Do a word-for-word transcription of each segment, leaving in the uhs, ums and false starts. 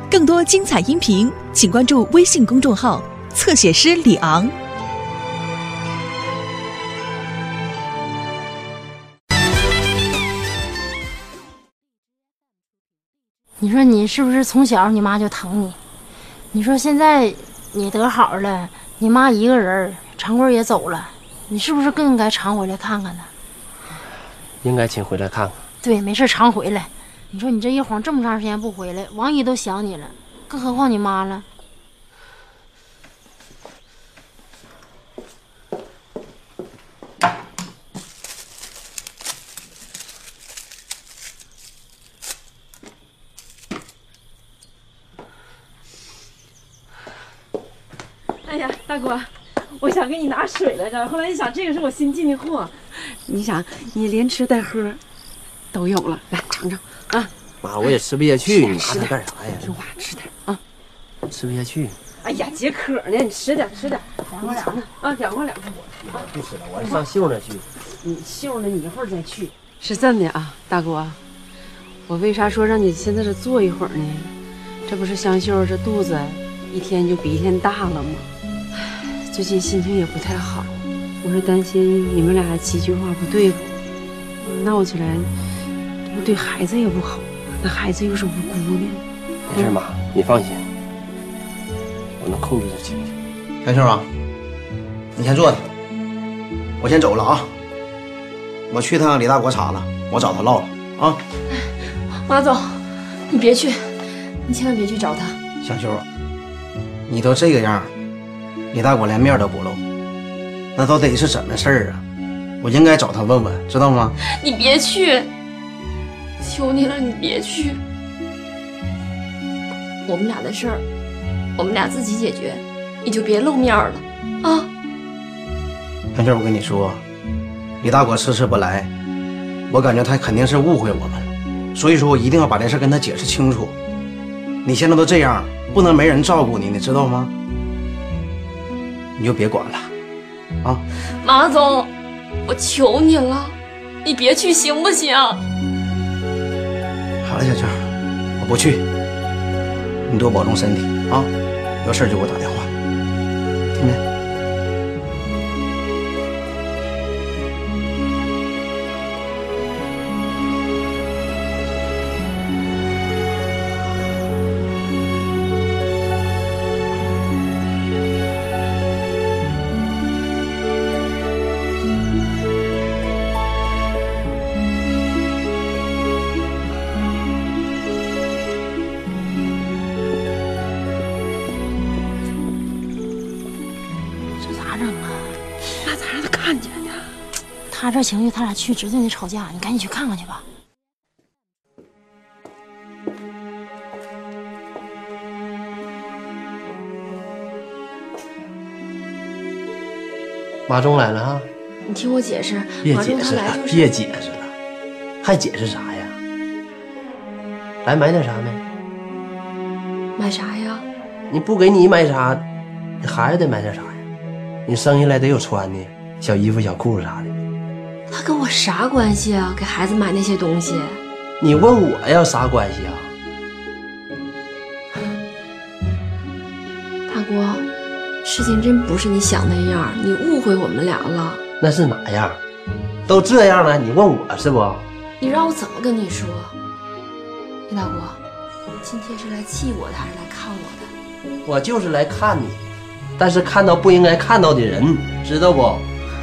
更多精彩音频，请关注微信公众号“侧写师李昂”。 你说你是不是从小你妈就疼你？你说现在你得好了，你妈一个人，长贵也走了，你是不是更应该常回来看看呢？ 应该请回来看看。 对，没事常回来。你说你这一晃这么长时间不回来，王姨都想你了，更何况你妈了。 哎呀，大哥，我想给你拿水来着，后来一想，这个是我新进的货，你想，你连吃带喝都有了，来尝尝啊！ 妈，我也吃不下去，你拿它干啥呀？ 说话吃点啊， 吃不下去。 哎呀，解渴呢，你吃点吃点，两块两块啊，两块两块。 不吃了，我上秀那去。 你秀呢，你一会儿再去。是这么的啊，大哥，我为啥说让你现在这坐一会儿呢？这不是香秀这肚子一天就比一天大了吗？最近心情也不太好，我是担心你们俩几句话不对付，闹起来，这不对孩子也不好，那孩子又是无辜的。 没事，妈，你放心，我能控制住情绪。 香秀啊，你先坐着，我先走了啊。我去趟李大国查了，我找他唠了啊。 马总，你别去，你千万别去找他。 香秀啊，你都这个样，李大国连面都不露，那到底是怎么事儿啊？我应该找他问问，知道吗？ 你别去，求你了，你别去。我们俩的事儿，我们俩自己解决，你就别露面了啊！ 香秀，我跟你说，李大国迟迟不来，我感觉他肯定是误会我们了，所以说我一定要把这事跟他解释清楚。你现在都这样，不能没人照顾你，你知道吗？你就别管了，啊！ 马总，我求你了，你别去行不行？ 好了，小秋，我不去，你多保重身体啊！有事就给我打电话，听没？ 他这情绪，他俩去指定得吵架，你赶紧去看看去吧。 马忠来了哈， 你听我解释， 别马忠解释了， 他来就是别解释了，还解释啥呀？来买点啥没？ 买啥呀？ 你不给你买啥，你孩子得买点啥呀？你生下来得有穿的，小衣服、小裤子啥的。 他跟我啥关系啊？给孩子买那些东西？ 你问我要啥关系啊？ 大国，事情真不是你想那样，你误会我们俩了。 那是哪样？都这样了，你问我是不？ 你让我怎么跟你说？李大国，你今天是来气我的还是来看我的？ 我就是来看你，但是看到不应该看到的人，知道不？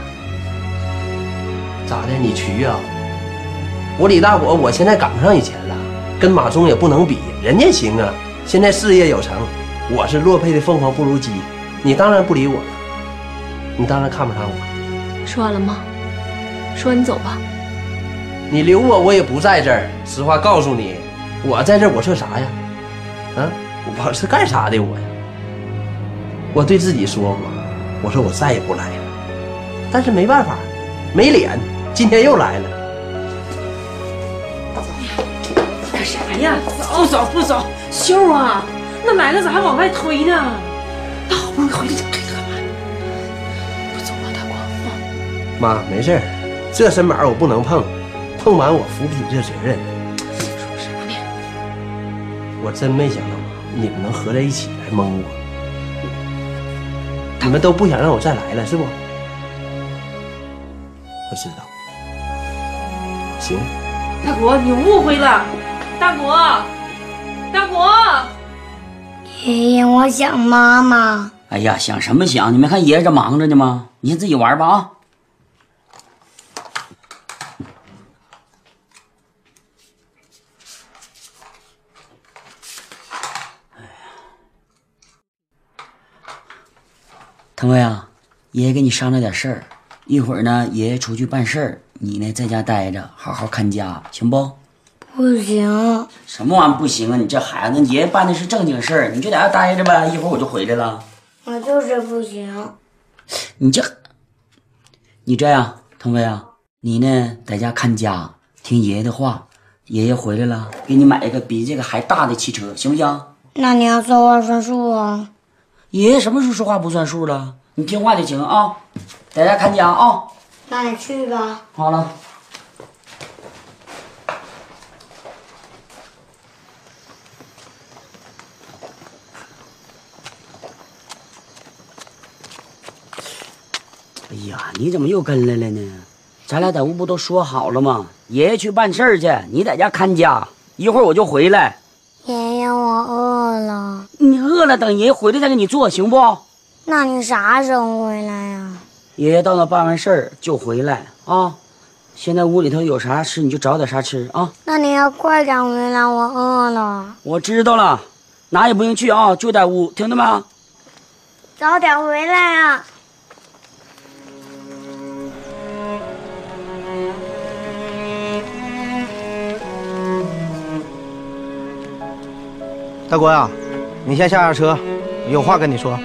咋的？你渠啊？我李大国，我现在赶不上以前了，跟马忠也不能比，人家行啊，现在事业有成，我是落配的凤凰不如鸡，你当然不理我了，你当然看不上我。 说完了吗？说完你走吧。 你留我，我也不在这儿。实话告诉你，我在这儿，我算啥呀？啊，我是干啥的我呀？我对自己说过，我说我再也不来了，但是没办法，没脸。今天又来了， 干啥呀？不走不走，秀啊，那来了咋还往外推呢？那好不容易回来，推他干嘛？不走啊，大光。 妈，没事儿，这身板我不能碰，碰完我负不起这责任。 说啥呢？ 我真没想到， 你们能合在一起来蒙我。你们都不想让我再来了，是不？我知道。行。 大国，你误会了。大国，大国。 爷爷，我想妈妈。 哎呀，想什么想？你没看爷爷这忙着呢吗？你先自己玩吧啊。腾飞啊，爷爷给你商量点事儿，一会儿呢，爷爷出去办事儿，你呢在家待着，好好看家，行不？ 不行。 什么玩意儿不行啊？你这孩子，爷爷办的是正经事儿，你就在家待着呗，一会儿我就回来了。 我就是不行。 你这，你这样，腾飞啊，你呢在家看家，听爷爷的话，爷爷回来了，给你买一个比这个还大的汽车，行不行？ 那你要说话算数啊。 爷爷什么时候说话不算数了？你听话就行啊，在家看家啊。 那你去吧。 好了。哎呀，你怎么又跟来了呢？咱俩在屋不都说好了吗？爷爷去办事儿去，你在家看家，一会儿我就回来。 爷爷，我饿了。 你饿了，等爷爷回来再给你做，行不？ 那你啥时候回来呀？ 爷爷到那办完事儿就回来啊。现在屋里头有啥吃你就找点啥吃啊。 那你要快点回来，我饿了。 我知道了，哪也不用去啊，就在屋，听到没？ 早点回来啊。 大国呀，你先下下车，有话跟你说。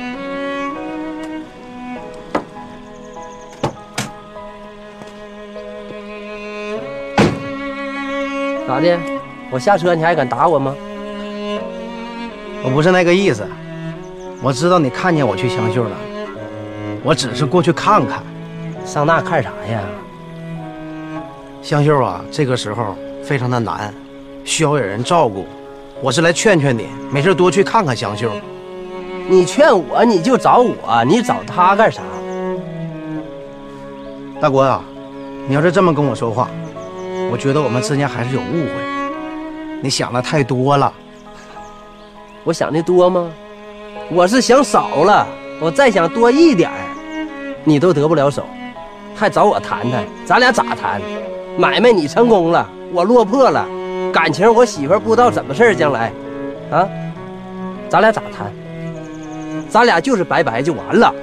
咋的？我下车你还敢打我吗？ 我不是那个意思，我知道你看见我去香秀了，我只是过去看看。 上那看啥呀？ 香秀啊，这个时候非常的难，需要有人照顾。我是来劝劝你，没事多去看看香秀。 你劝我你就找我，你找他干啥？ 大国啊，你要是这么跟我说话，我觉得我们之间还是有误会。你想的太多了。 我想的多吗？我是想少了，我再想多一点你都得不了手，还找我谈谈，咱俩咋谈？买卖你成功了，我落魄了。感情我媳妇不知道怎么事儿，将来，啊，咱俩咋谈？咱俩就是拜拜就完了。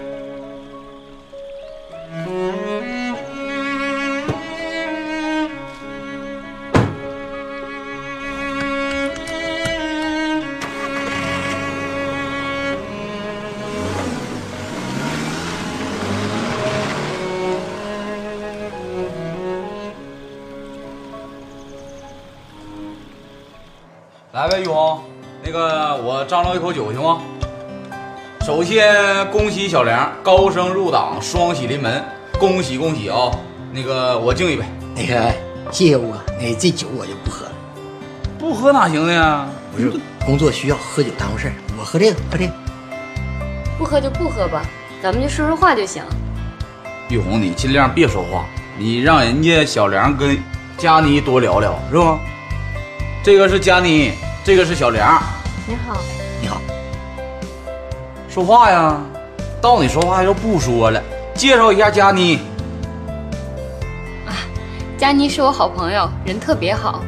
来呗，玉红，那个我张罗一口酒行吗？首先恭喜小梁高升入党，双喜临门，恭喜恭喜啊！那个我敬一杯。 那个谢谢吴哥，那这酒我就不喝了。 不喝哪行的呀？ 不是工作需要，喝酒耽误事儿。我喝这个，喝这个。 不喝就不喝吧，咱们就说说话就行。 玉红，你尽量别说话，你让人家小梁跟佳妮多聊聊，是吧？这个是佳妮，这个是小梁。 你好。 你好。 说话呀，到你说话又不说了，介绍一下佳妮。 啊，佳妮是我好朋友，人特别好。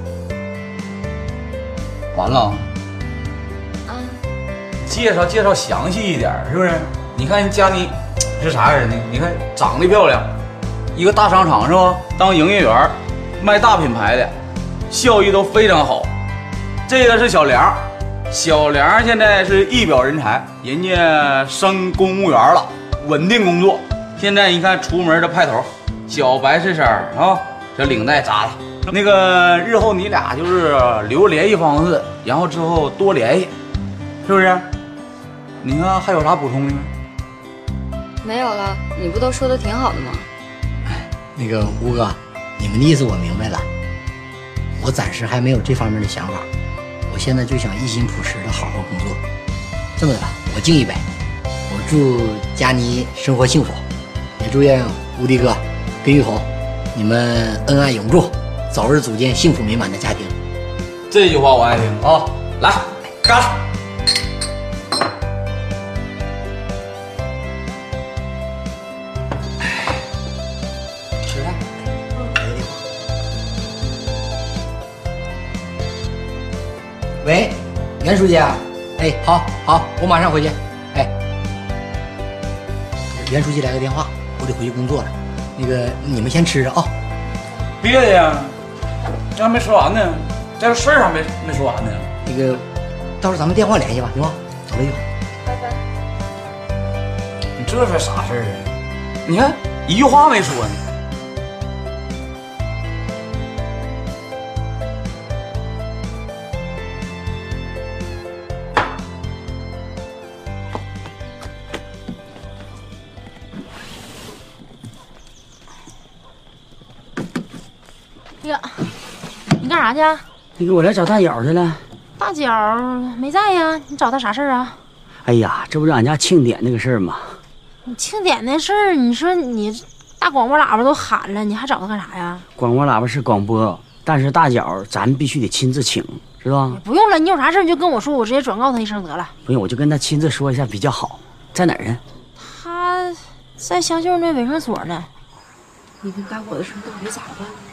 完了。 啊。 介绍介绍详细一点，是不是？你看佳妮是啥人呢？你看长得漂亮，一个大商场是吧？当营业员，卖大品牌的。效益都非常好。这个是小梁，小梁现在是一表人才，人家升公务员了，稳定工作。现在一看出门的派头，小白衬衫啊，这领带扎了。那个日后你俩就是留联系方式，然后之后多联系，是不是？你看还有啥补充的吗？ 没有了，你不都说的挺好的吗？ 哎，那个吴哥，你们的意思我明白了。我暂时还没有这方面的想法， 我现在就想一心朴实的好好工作。这么的吧，我敬一杯，我祝佳妮生活幸福，也祝愿无敌哥跟玉红你们恩爱永驻，早日组建幸福美满的家庭。 这句话我爱听啊！来，干！ 吃饭。喂，袁书记啊，哎，好，好，我马上回去。哎，袁书记来个电话，我得回去工作了。那个，你们先吃着啊。 别的呀，这还没说完呢，这个事儿还没没说完呢。 那个，到时候咱们电话联系吧，行吗？走了，一会儿。 拜拜。 你这算啥事儿啊？你看一句话没说呢。 呀，你干啥去？ 那个我来找大脚去了。 大脚没在呀，你找他啥事儿啊？ 哎呀，这不是俺家庆典那个事儿吗？ 你庆典那事儿，你说你大广播喇叭都喊了，你还找他干啥呀？ 广播喇叭是广播，但是大脚咱必须得亲自请，知道吧？ 不用了，你有啥事你就跟我说，我直接转告他一声得了。 不用，我就跟他亲自说一下比较好。在哪儿呢？ 他在香秀那卫生所呢。 你跟大果的事到底咋办呢？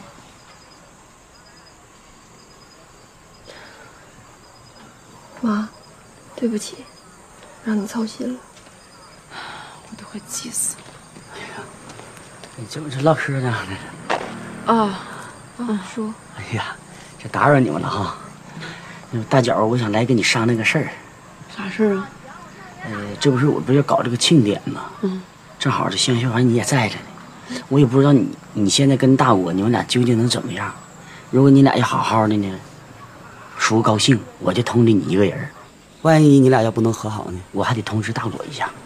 妈，对不起，让你操心了， 我都快气死了。 哎呀，你这不是唠嗑呢？ 啊啊，说。 哎呀，这打扰你们了哈。那大脚，我想来跟你商量个事儿。 啥事儿啊？ 呃，这不是我不是要搞这个庆典吗？ 嗯。 正好这香秀还你也在着呢，我也不知道你你现在跟大果你们俩究竟能怎么样。如果你俩要好好的呢？叔高兴，我就通知你一个人。万一你俩要不能和好呢，我还得通知大果一下。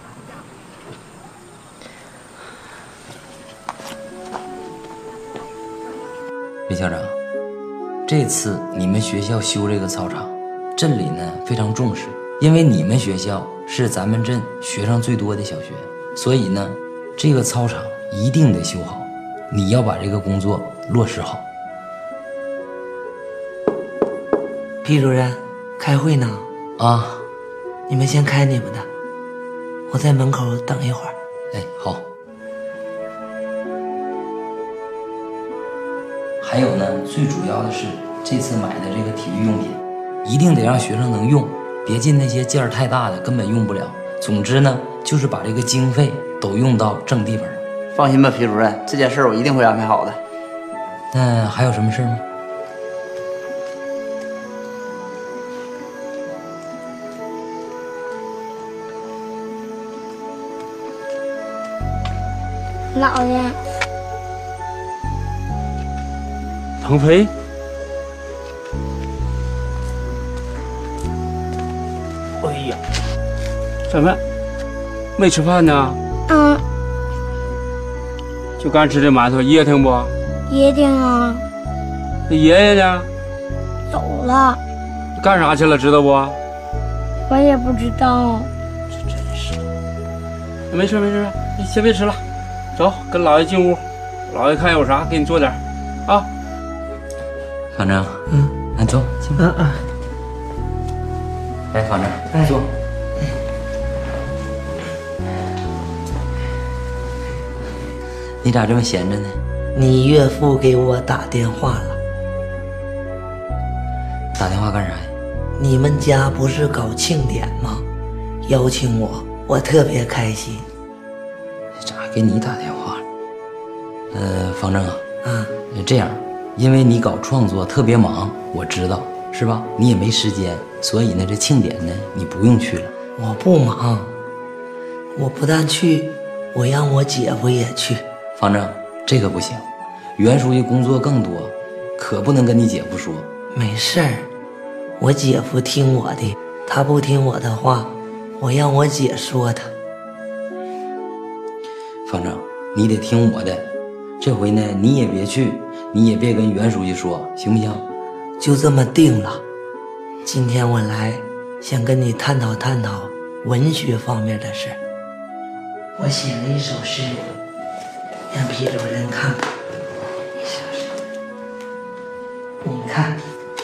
李校长，这次你们学校修这个操场，镇里呢非常重视，因为你们学校是咱们镇学生最多的小学，所以呢，这个操场一定得修好。你要把这个工作落实好。 皮主任，开会呢。 啊， 你们先开你们的，我在门口等一会儿。 哎，好。还有呢，最主要的是这次买的这个体育用品，一定得让学生能用，别进那些件儿太大的，根本用不了。总之呢，就是把这个经费都用到正地方。 放心吧，皮主任，这件事我一定会安排好的。 那还有什么事吗？ 姥爷， 腾飞，哎呀，怎么没吃饭呢？ 嗯， 就干吃这馒头，噎挺不？ 爷爷啊。 那爷爷呢？ 走了。 干啥去了？知道不？ 我也不知道。 这真是。没事没事，你先别吃了。走，跟姥爷进屋，姥爷看有啥给你做点啊。 方正， 嗯， 那走，进屋。 嗯嗯。 来，方正， 哎、 坐。你咋这么闲着呢？ 你岳父给我打电话了。 打电话干啥呀？ 你们家不是搞庆典吗？邀请我，我特别开心。 咋给你打电话了？呃，方正啊， 啊， 这样，因为你搞创作特别忙，我知道是吧？你也没时间，所以呢，这庆典呢，你不用去了。 我不忙，我不但去，我让我姐夫也去。 方正，这个不行，袁书记工作更多，可不能跟你姐夫说。 没事儿，我姐夫听我的，他不听我的话，我让我姐说他。 方正，你得听我的，这回呢，你也别去，你也别跟袁书记说，行不行？ 就这么定了。 今天我来想跟你探讨探讨文学方面的事。我写了一首诗，让皮主任看看。你看，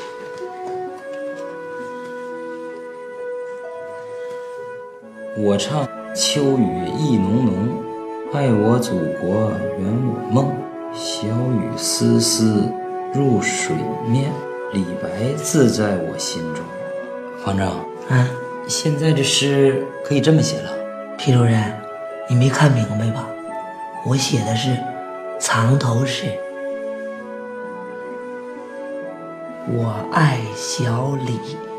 我唱秋雨意浓浓，爱我祖国圆我梦，小雨丝丝入水面，李白自在我心中。方正， 啊， 现在这诗可以这么写了。 皮主任，你没看明白吧？我写的是藏头诗。我爱小李。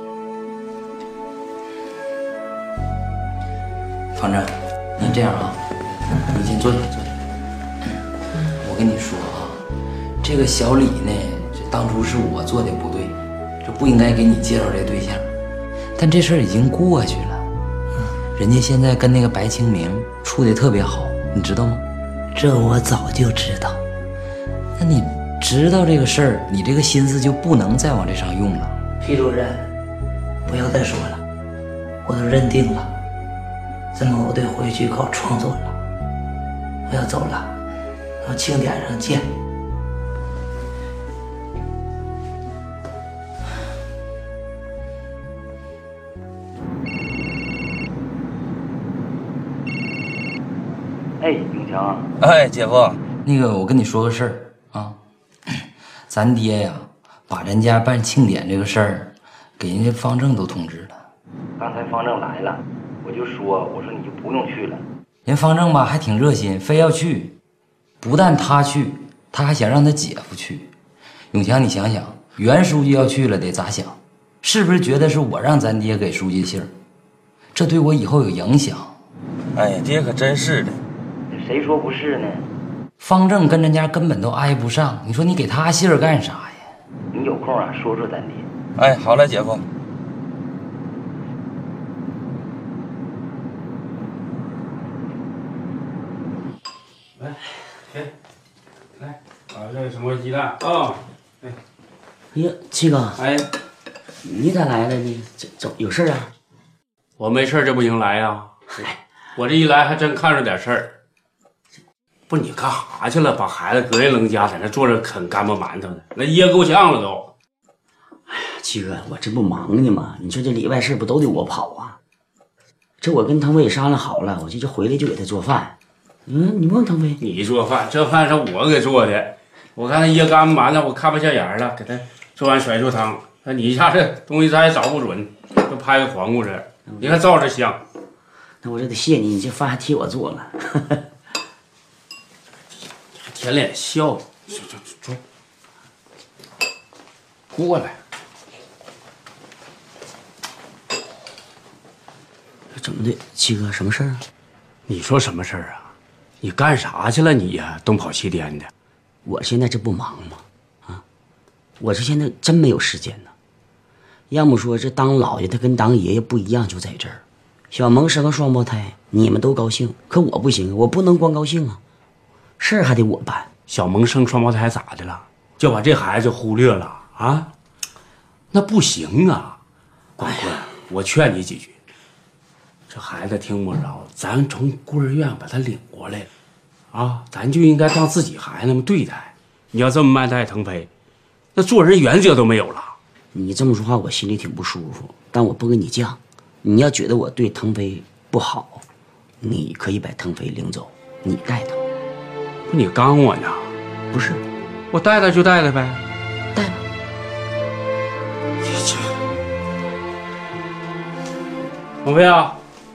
方正，你这样啊，你先坐下，坐下。我跟你说啊，这个小李呢，这当初是我做的不对，这不应该给你介绍这对象。但这事儿已经过去了，人家现在跟那个白清明处的特别好，你知道吗？ 这我早就知道。 那你知道这个事儿，你这个心思就不能再往这上用了。 皮主任，不要再说了，我都认定了，这么我得回去搞创作了。我要走了，到庆典上见。 哎，永强， 哎，姐夫，那个我跟你说个事儿啊，咱爹呀，把咱家办庆典这个事儿，给人家方正都通知了。 刚才方正来了，我就说，我说你就不用去了。 人方正吧还挺热心，非要去，不但他去，他还想让他姐夫去。永强，你想想，袁书记要去了得咋想？是不是觉得是我让咱爹给书记信儿？这对我以后有影响。 哎呀，爹可真是的。 谁说不是呢？ 方正跟咱家根本都挨不上，你说你给他信儿干啥呀？ 你有空啊，说说咱爹。 哎，好嘞，姐夫。来，给，来，把这个什么鸡蛋啊？哎， 哎呀，七哥， 哎， 你咋来了呢？走走，有事啊？ 我没事这不行来呀。我这一来还真看着点事儿。不是你干啥去了？把孩子隔一扔家，在那坐着啃干巴馒头呢，那噎够呛了都。 哎呀，七哥，我这不忙呢吗？你说这里外事不都得我跑啊？这我跟腾飞也商量好了，我这就回来就给他做饭。嗯，你问腾飞， 你做饭，这饭是我给做的。我看他噎干巴馒头，我看不下眼了，给他做完甩肉汤。那你一下这东西咱也找不准，就拍个黄瓜这，你看照着香。 那我这得谢你，你这饭还替我做了。 舔脸笑，走走走，过来。 怎么的，七哥，什么事儿啊？ 你说什么事儿啊？你干啥去了你呀？东跑西颠的。 我现在这不忙吗？啊，我这现在真没有时间呢。要么说这当老爷他跟当爷爷不一样，就在这儿。小萌生个双胞胎，你们都高兴，可我不行，我不能光高兴啊，事儿还得我办。 小萌生双胞胎咋的了？就把这孩子忽略了啊？那不行啊！光棍，我劝你几句。这孩子听不着，咱从孤儿院把他领过来了，啊，咱就应该当自己孩子那么对待。你要这么慢待腾飞，那做人原则都没有了。 你这么说话，我心里挺不舒服，但我不跟你犟。你要觉得我对腾飞不好，你可以把腾飞领走，你带他。 不，你刚我呢？ 不是， 我带他就带他呗。 带吧。 腾飞啊，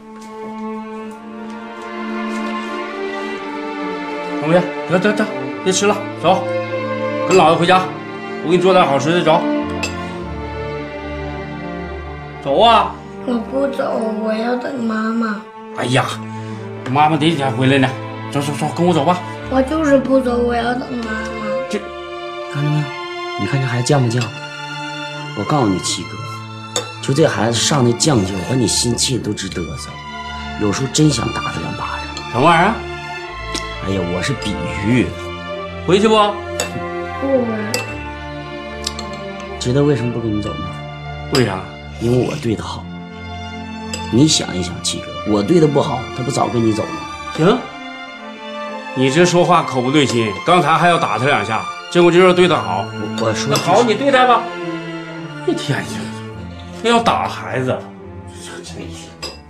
腾飞，得得得，别吃了，走，跟姥爷回家，我给你做点好吃的，走。走啊！ 我不走，我要等妈妈。 哎呀，妈妈得几天回来呢？走走走，跟我走吧。 我就是不走，我要等妈妈。 这看着没有？你看这孩子犟不犟？我告诉你，七哥，就这孩子上那犟劲，把你心气都直嘚瑟。有时候真想打他两巴掌。 什么玩意儿？ 哎呀，我是比喻。 回去不？ 不玩。 知道为什么不跟你走吗？ 为啥？ 因为我对他好。你想一想，七哥，我对他不好，他不早跟你走吗？ 行，你这说话口不对心，刚才还要打他两下，结果就要对他好。 我我说、 那好，你对他吧。一天就那要打孩子，真是。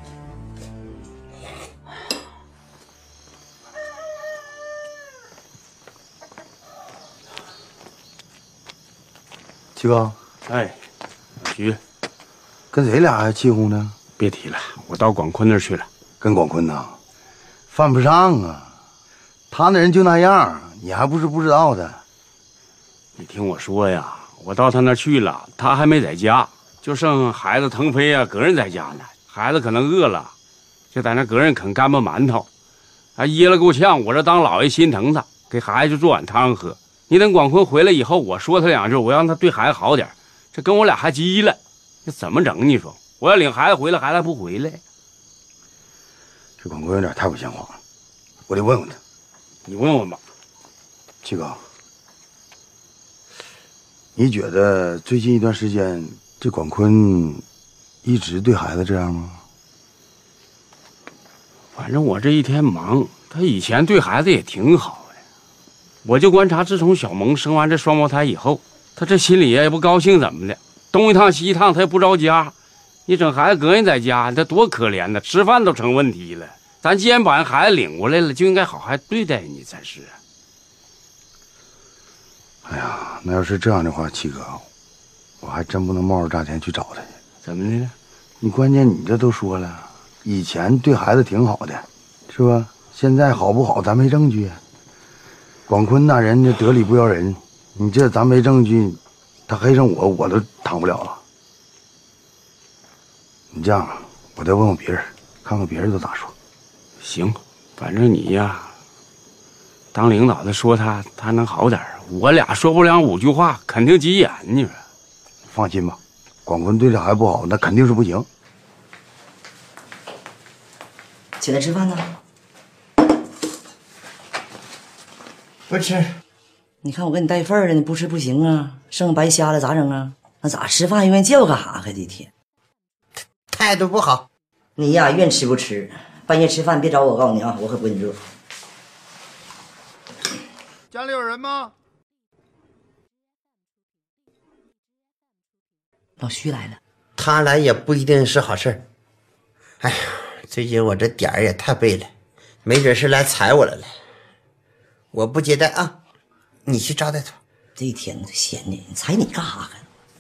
七哥， 哎，老徐， 跟谁俩还气呼呢？ 别提了，我到广坤那儿去了。 跟广坤呐，犯不上啊，他那人就那样，你还不是不知道的。 你听我说呀，我到他那儿去了，他还没在家，就剩孩子腾飞啊，搁人在家呢。孩子可能饿了，就在那搁人啃干巴馒头，还噎了够呛。我这当老爷心疼他，给孩子就做碗汤喝。你等广坤回来以后，我说他两句，我让他对孩子好点，这跟我俩还急了，这怎么整？你说我要领孩子回来，孩子还不回来？ 这广坤有点太不像话了，我得问问他。 你问问吧。 七哥，你觉得最近一段时间这广坤一直对孩子这样吗？ 反正我这一天忙，他以前对孩子也挺好。我就观察，自从小萌生完这双胞胎以后，他这心里也不高兴，怎么的？东一趟西一趟，他也不着家。你整孩子搁人在家，他多可怜呢，吃饭都成问题了。咱既然把人孩子领过来了，就应该好好对待你才是。 哎呀，那要是这样的话，七哥，我还真不能冒着大天去找他去。 怎么的呢？ 你关键你这都说了，以前对孩子挺好的，是吧？现在好不好，咱没证据。广坤那人家得理不饶人，你这咱没证据，他黑上我，我都挡不了了。你这样，我再问问别人，看看别人都咋说。 行，反正你呀，当领导的说他，他能好点。我俩说不了五句话，肯定急眼。你说， 放心吧，广坤对这孩子不好，那肯定是不行。 起来吃饭呢。不吃，你看我给你带份儿的，你不吃不行啊！剩白瞎了咋整啊？那咋吃饭愿意叫干啥？还这天态度不好。你呀，愿吃不吃，半夜吃饭别找我，我告诉你啊，我可不给你热。 家里有人吗？ 老徐来了， 他来也不一定是好事儿。哎呀，最近我这点儿也太背了，没准是来踩我来了。我不接待啊，你去招待他。 这一天他闲的，你踩你干啥呀？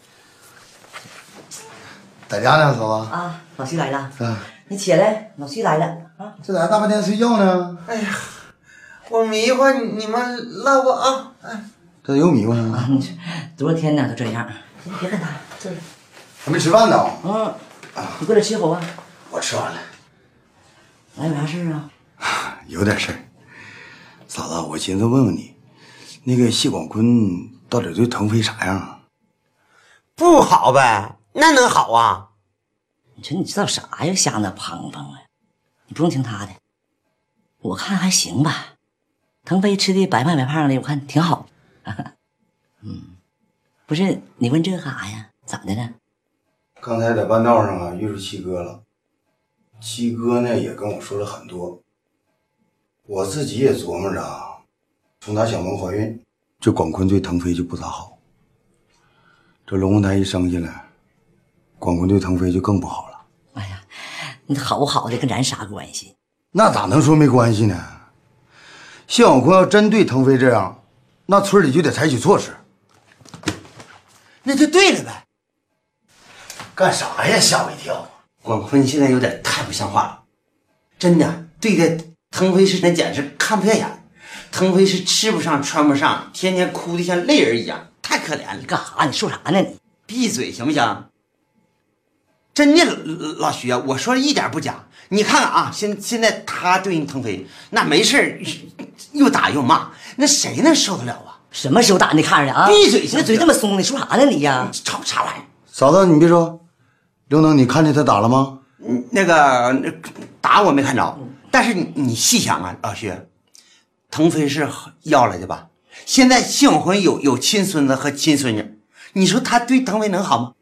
在家呢，嫂子。 啊，老徐来了。 啊， 你起来，老徐来了啊！ 这咋大半天睡觉呢？ 哎呀，我迷糊，你们唠吧啊！哎， 这有迷糊呢。 啊，多少天呢都这样，你别跟他。 对， 还没吃饭呢。 嗯，你过来吃口啊。 我吃完了。 来有啥事啊？ 有点事儿。嫂子，我寻思问问你，那个谢广坤到底对腾飞啥样啊？ 不好呗，那能好啊？ 你说你知道啥呀？瞎那砰砰啊！你不用听他的，我看还行吧。腾飞吃的白胖白胖的，我看挺好。嗯，不是你问这个干啥呀？咋的呢？ 刚才在半道上啊遇着七哥了，七哥呢也跟我说了很多。我自己也琢磨着啊，从打小萌怀孕，这广坤对腾飞就不咋好。这龙凤胎一生下来，广坤对腾飞就更不好了。 哎呀，你好不好的跟咱啥关系？ 那咋能说没关系呢？谢广坤要真对腾飞这样，那村里就得采取措施。 那就对了呗。 干啥呀？吓我一跳！ 广坤现在有点太不像话了，真的对待腾飞是那简直看不下眼。腾飞是吃不上穿不上，天天哭得像泪人一样，太可怜了。 你干啥？你说啥呢你？ 闭嘴行不行？真的，老徐啊，我说的一点不假。你看看啊，现现在他对腾飞那没事又打又骂，那谁能受得了啊？ 什么时候打你看着啊？ 闭嘴！ 你这嘴这么松，你说啥呢你呀？ 吵啥玩意儿？ 嫂子，你别说，刘能，你看见他打了吗？ 那个打我没看着，但是你你细想啊，老徐，腾飞是要来的吧？现在谢永坤有有亲孙子和亲孙女，你说他对腾飞能好吗？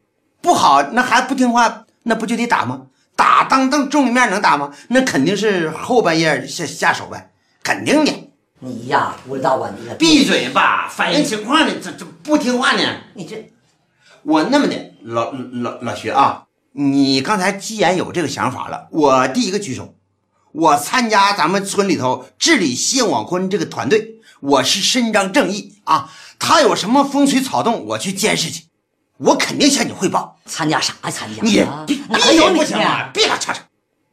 不好，那孩子不听话，那不就得打吗？打当当众里面能打吗？那肯定是后半夜下下手呗，肯定的。 你呀，吴大官，你闭嘴吧！反映情况呢，这这不听话呢。 你这， 我那么的，老老老徐啊，你刚才既然有这个想法了，我第一个举手，我参加咱们村里头治理谢广坤这个团队，我是伸张正义啊。他有什么风吹草动，我去监视去，我肯定向你汇报。 参加啥呀？参加你哪有你不行啊？别老吵吵。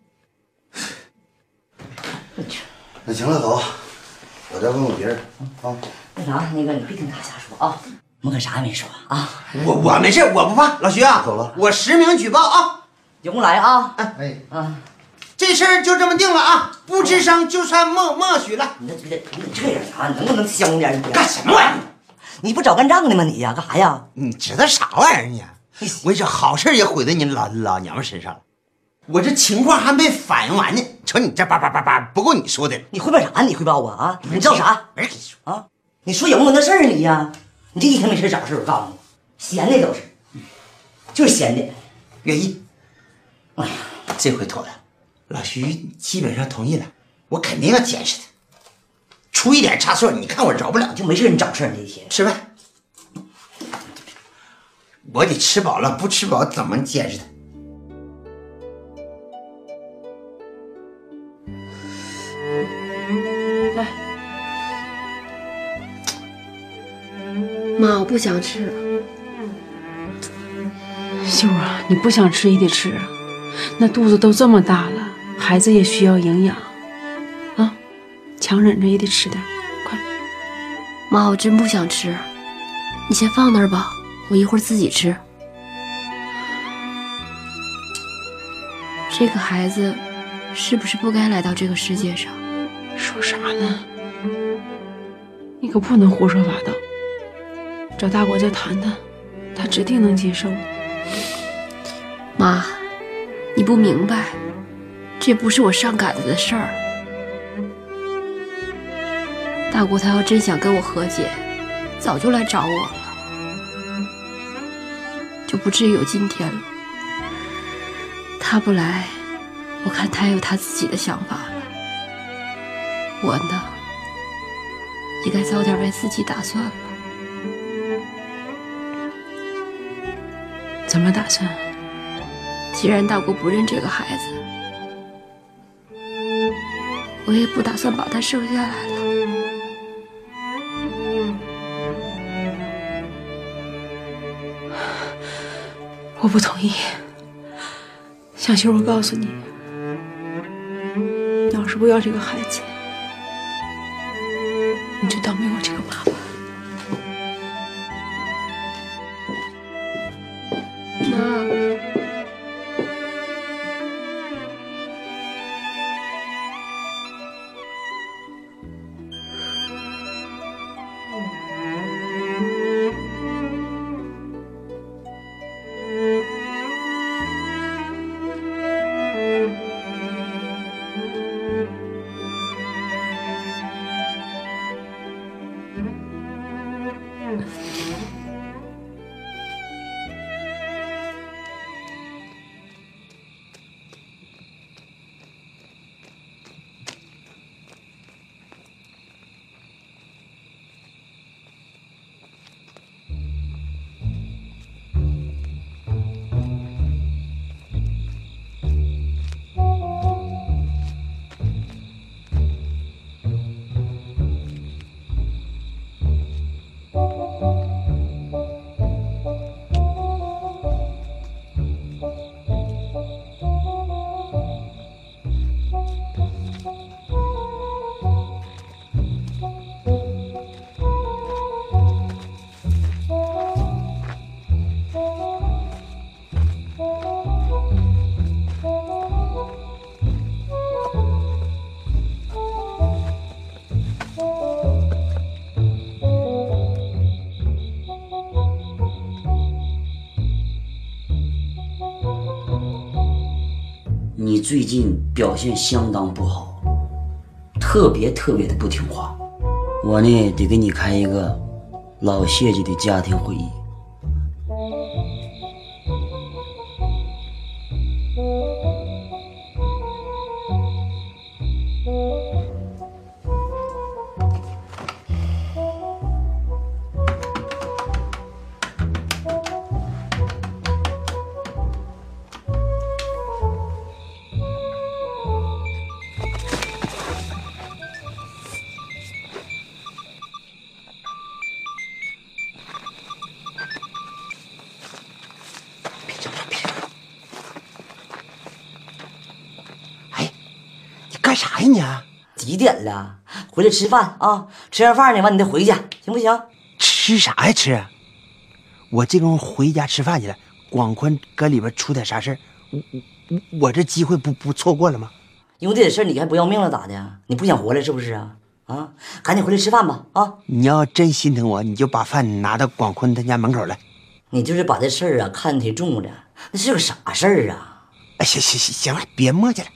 那行了，走，我再问问别人啊。 那啥，那个你别跟他瞎说啊，我可啥也没说啊。 我我没事，我不怕。老徐啊， 走了， 我实名举报啊， 有空来啊。 哎啊， 这事儿就这么定了啊，不吱声就算默默许了。 你这这你这样啊，能不能香点？ 干什么玩意儿？ 你不找干仗的吗？你呀，干啥呀？ 你知道啥玩意儿呢？我跟你说，好事也毁在你老老娘们身上了。我这情况还没反应完呢，瞅你这叭叭叭叭，不够你说的。 你汇报啥？你汇报啊啊！你知道啥？ 没人跟你说啊！你说有没有那事儿你呀？你这一天没事找事，我告诉你，闲的都是，就是闲的。 愿意。哎呀，这回妥了，老徐基本上同意了，我肯定要监视他。出一点差错，你看我饶不了， 就没事你找事儿。这一天吃饭，我得吃饱了，不吃饱怎么监视他？ 来，妈，我不想吃了。 秀啊，你不想吃也得吃啊，那肚子都这么大了，孩子也需要营养啊，强忍着也得吃点，快。 妈，我真不想吃，你先放那儿吧，我一会儿自己吃。这个孩子是不是不该来到这个世界上？ 说啥呢？你可不能胡说八道，找大国再谈谈，他指定能接受。 妈，你不明白，这不是我上杆子的事儿。大国他要真想跟我和解，早就来找我了，就不至于有今天了。他不来，我看他有他自己的想法了。我呢，也该早点为自己打算了。 怎么打算？ 既然大国不认这个孩子，我也不打算把他生下来了。 我不同意。小秀，我告诉你，要是不要这个孩子，你就当没我这个妈妈。 妈。 你最近表现相当不好，特别特别的不听话，我呢得给你开一个老谢家的家庭会议。 干啥呀你？ 几点了？回来吃饭啊！吃完饭呢，完你再回去，行不行？ 吃啥呀吃？我这功夫回家吃饭去了。广坤搁里边出点啥事儿，我我我这机会不不错过了吗？ 因为这点事儿你还不要命了咋的？你不想活了是不是啊？啊，赶紧回来吃饭吧！啊， 你要真心疼我，你就把饭拿到广坤他家门口来。 你就是把这事儿啊看得挺重了，那是个啥事儿啊？ 哎，行行行行了，别磨叽了。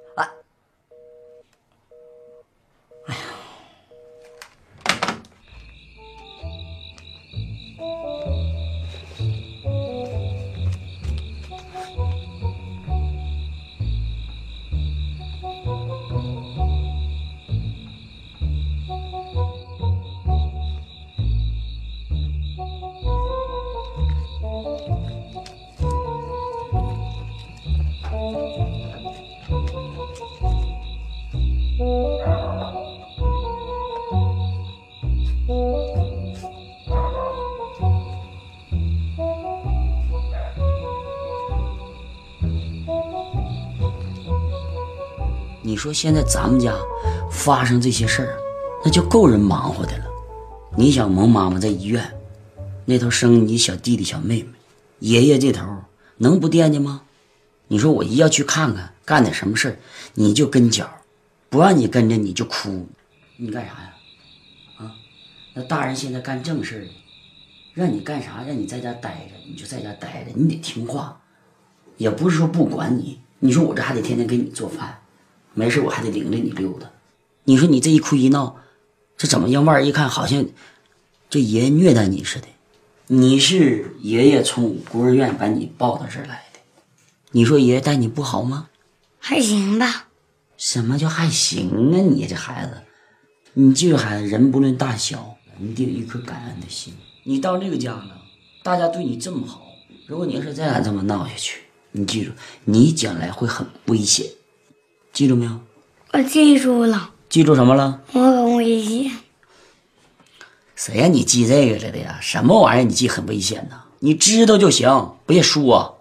你说现在咱们家发生这些事儿，那就够人忙活的了。你想蒙妈妈在医院那头生你小弟弟小妹妹，爷爷这头能不惦记吗？你说我一要去看看，干点什么事儿，你就跟脚，不让你跟着你就哭，你干啥呀？啊，那大人现在干正事儿，让你干啥，让你在家待着，你就在家待着，你得听话，也不是说不管你。你说我这还得天天给你做饭。没事我还得领着你溜达，你说你这一哭一闹，这怎么样？外人一看好像这爷爷虐待你似的。你是爷爷从孤儿院把你抱到这儿来的，你说爷爷待你不好吗？ 还行吧。 什么叫还行啊？你这孩子，你记住孩子，人不论大小，你得有一颗感恩的心。你到这个家了，大家对你这么好，如果你要是再敢这么闹下去，你记住，你将来会很危险。记住没有？ 我记住了。 记住什么了？ 我很危险。 谁让你记这个来的呀？什么玩意儿？你记很危险呢？你知道就行，别说。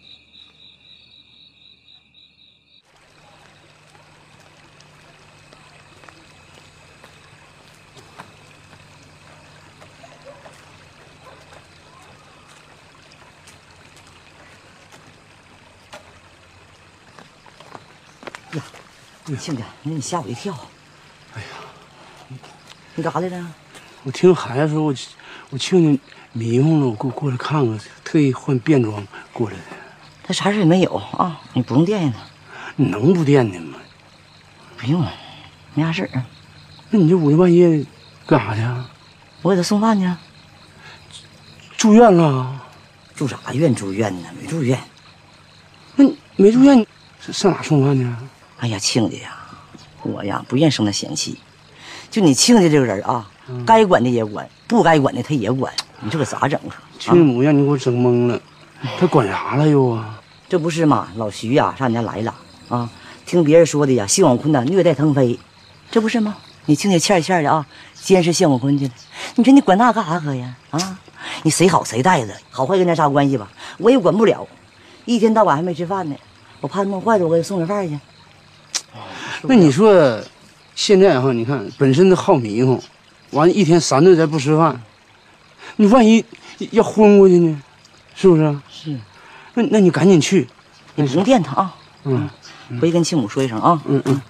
呀，亲家，你吓我一跳！哎呀，你干啥来着？ 我听孩子说，我我亲家迷糊了，我过过来看看，特意换便装过来的。 他啥事也没有啊，你不用惦记他。 你能不惦记吗？ 不用，没啥事儿。 那你这午夜半夜干啥去啊？ 我给他送饭去。 住院了？ 住啥院？住院呢？没住院。 那你没住院，上哪送饭去？ 哎呀，亲家呀，我呀不愿生他嫌弃。就你亲家这个人啊，嗯、该管的也管，不该管的他也管。你这可咋整啊？ 亲母让你给我整懵了，他管啥了又啊？ 这不是嘛？老徐呀上你家来了啊，听别人说的呀，谢广坤呐虐待腾飞，这不是吗？你亲家欠欠的啊，监视谢广坤去了。你说你管那干啥可呀？啊，你谁好谁带着，好坏跟咱啥关系吧？我也管不了，一天到晚还没吃饭呢，我怕弄坏了，我给他送点饭去。 那你说，现在哈，你看本身都好迷糊，完一天三顿再不吃饭，你万一要昏过去呢，是不是？ 是。 那那你赶紧去， 你不用惦他啊。 嗯， 回去跟亲母说一声啊。 嗯嗯。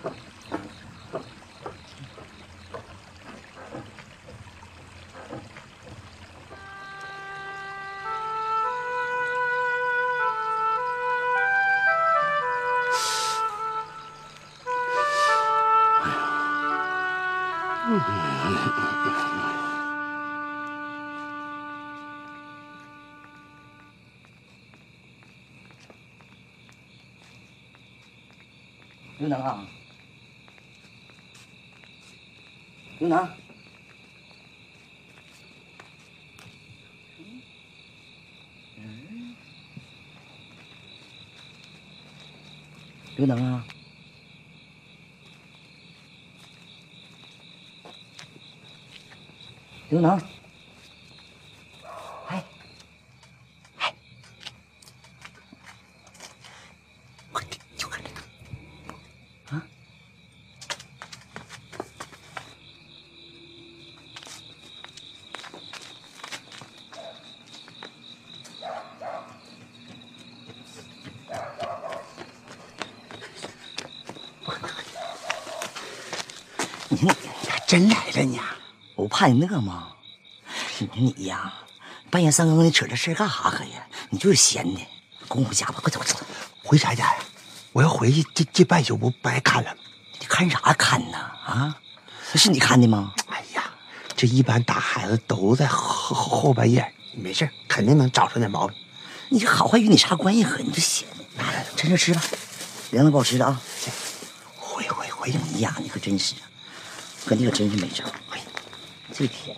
刘能啊，刘能，刘能啊，刘能，哎，哎，快点，就看这个，啊。你你还真来了呢？我不怕你那吗？你你呀，半夜三更的扯这事干啥可呀？你就是闲的，跟我回家吧，快走快走。 回啥家呀？我要回去，这这半宿不白看了吗？ 你看啥看呢？啊，那是你看的吗？ 哎呀，这一般打孩子都在后后后半夜，没事肯定能找出点毛病。 你这好坏与你啥关系？可你这闲的，趁热吃吧，凉了不好吃的啊。 回回回去！ 你呀，你可真是。可你可真是没招！哎，这天，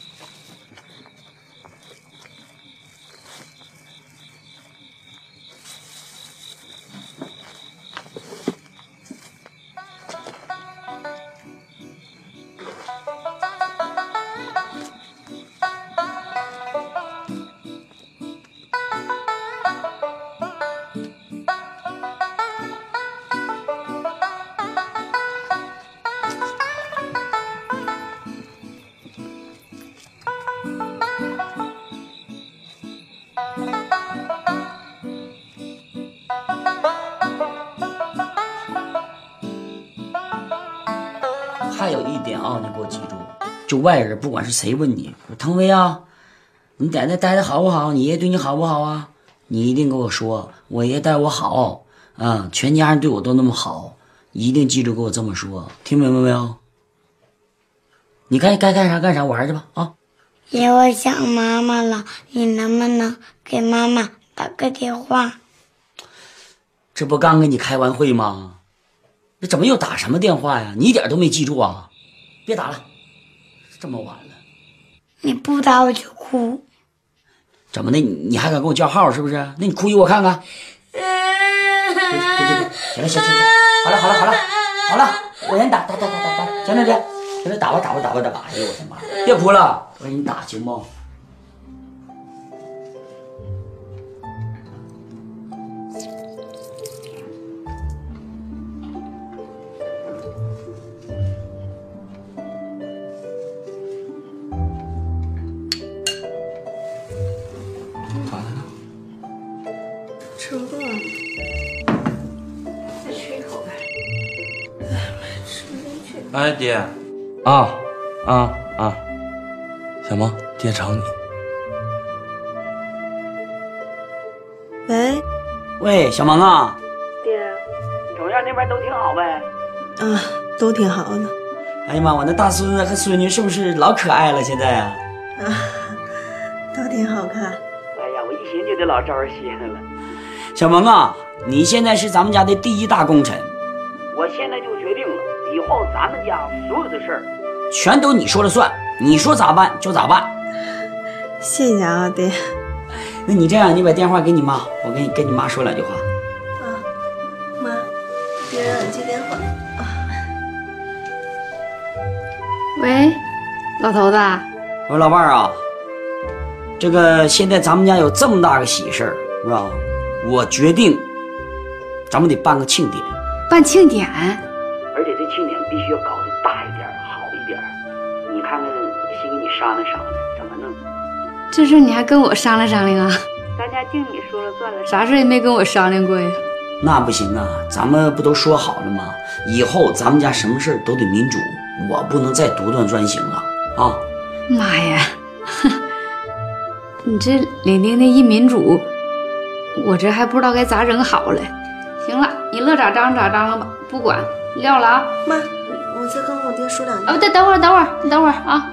还有一点啊，你给我记住，就外人不管是谁问你，说腾飞啊，你在那待的好不好？你爷对你好不好啊？你一定跟我说，我爷待我好啊，全家人对我都那么好，一定记住给我这么说，听明白没有？你该该干啥干啥，玩去吧啊！ 爷，我想妈妈了，你能不能给妈妈打个电话？ 这不刚跟你开完会吗？这怎么又打什么电话呀？你一点都没记住啊！别打了，这么晚了。 你不打我就哭。 怎么的？你还敢跟我叫号是不是？那你哭一我看看。别别别！行了行行行，好了好了好了好了，我给你打打打打打打，行了行，行了打吧打吧打吧打吧！哎呦我的妈！别哭了，我给你打行不？ 吃不够啊，再吃一口呗。吃不进去。 哎，爹，啊啊啊！小萌，爹找你。 喂， 喂，小萌啊， 爹， 你瞅样那边都挺好呗？ 啊，都挺好的。 哎呀妈，我那大孙子和孙女是不是老可爱了？现在啊， 啊，都挺好看。 哎呀，我一寻就得老招人稀罕了。小萌啊，你现在是咱们家的第一大功臣，我现在就决定了，以后咱们家所有的事儿全都你说了算，你说咋办就咋办。 谢谢啊，爹。 那你这样，你把电话给你妈，我跟你跟你妈说两句话。 啊，妈，爹让你接电话。啊， 喂，老头子。 我说老伴儿啊，这个现在咱们家有这么大个喜事儿，是吧？我决定，咱们得办个庆典。 办庆典， 而且这庆典必须要搞得大一点，好一点。你看看，先跟你商量商量，怎么弄？ 这事你还跟我商量商量啊？咱家净你说了算了，啥事也没跟我商量过呀。 那不行啊，咱们不都说好了吗？以后咱们家什么事都得民主，我不能再独断专行了啊！ 妈呀，你这领丁的一民主，我这还不知道该咋整好了。行了，你乐咋张咋张了吧，不管撂了啊。 妈，我再跟我爹说两句。 啊，等等会儿，等会儿，你等会儿啊。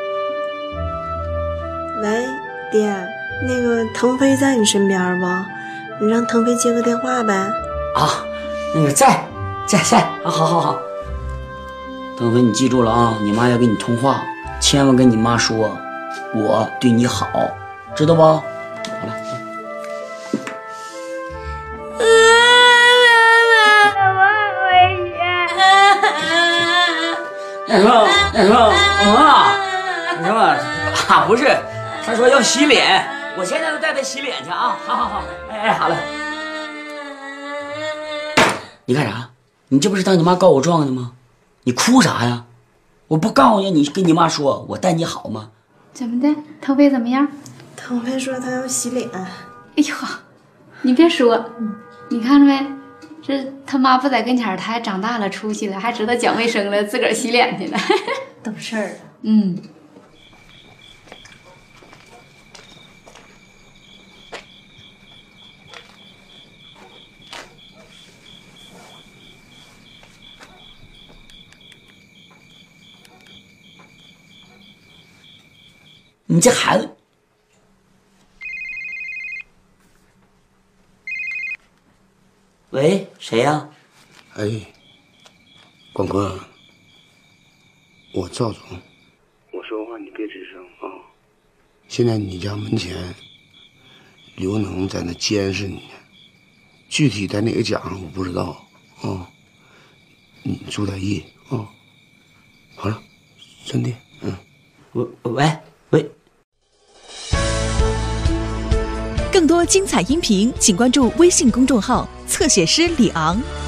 喂，爹，那个腾飞在你身边不？ 你让腾飞接个电话呗。 啊，那个在在在，啊，好好好。腾飞，你记住了啊，你妈要跟你通话，千万跟你妈说，我对你好，知道不？好了。那什么那什么啊，那什么啊，不是，他说要洗脸，我现在就带他洗脸去啊！好好好，哎哎，好了。你干啥？你这不是当你妈告我状的吗？你哭啥呀？我不告诉你，跟你妈说我待你好吗？ 怎么的？腾飞怎么样？ 腾飞说他要洗脸。 哎呦，你别说，你看着没？这他妈不在跟前，他还长大了，出息了，还知道讲卫生了，自个儿洗脸去了， 懂事儿了。 嗯。 你这孩子。喂，谁呀？ 哎，广坤，我赵总。我说话你别吱声啊！现在你家门前，刘能在那监视你呢，具体在哪个角上我不知道啊。你注点意啊。好了，真的，嗯。 喂喂喂。 更多精彩音频，请关注微信公众号“侧写师李昂”。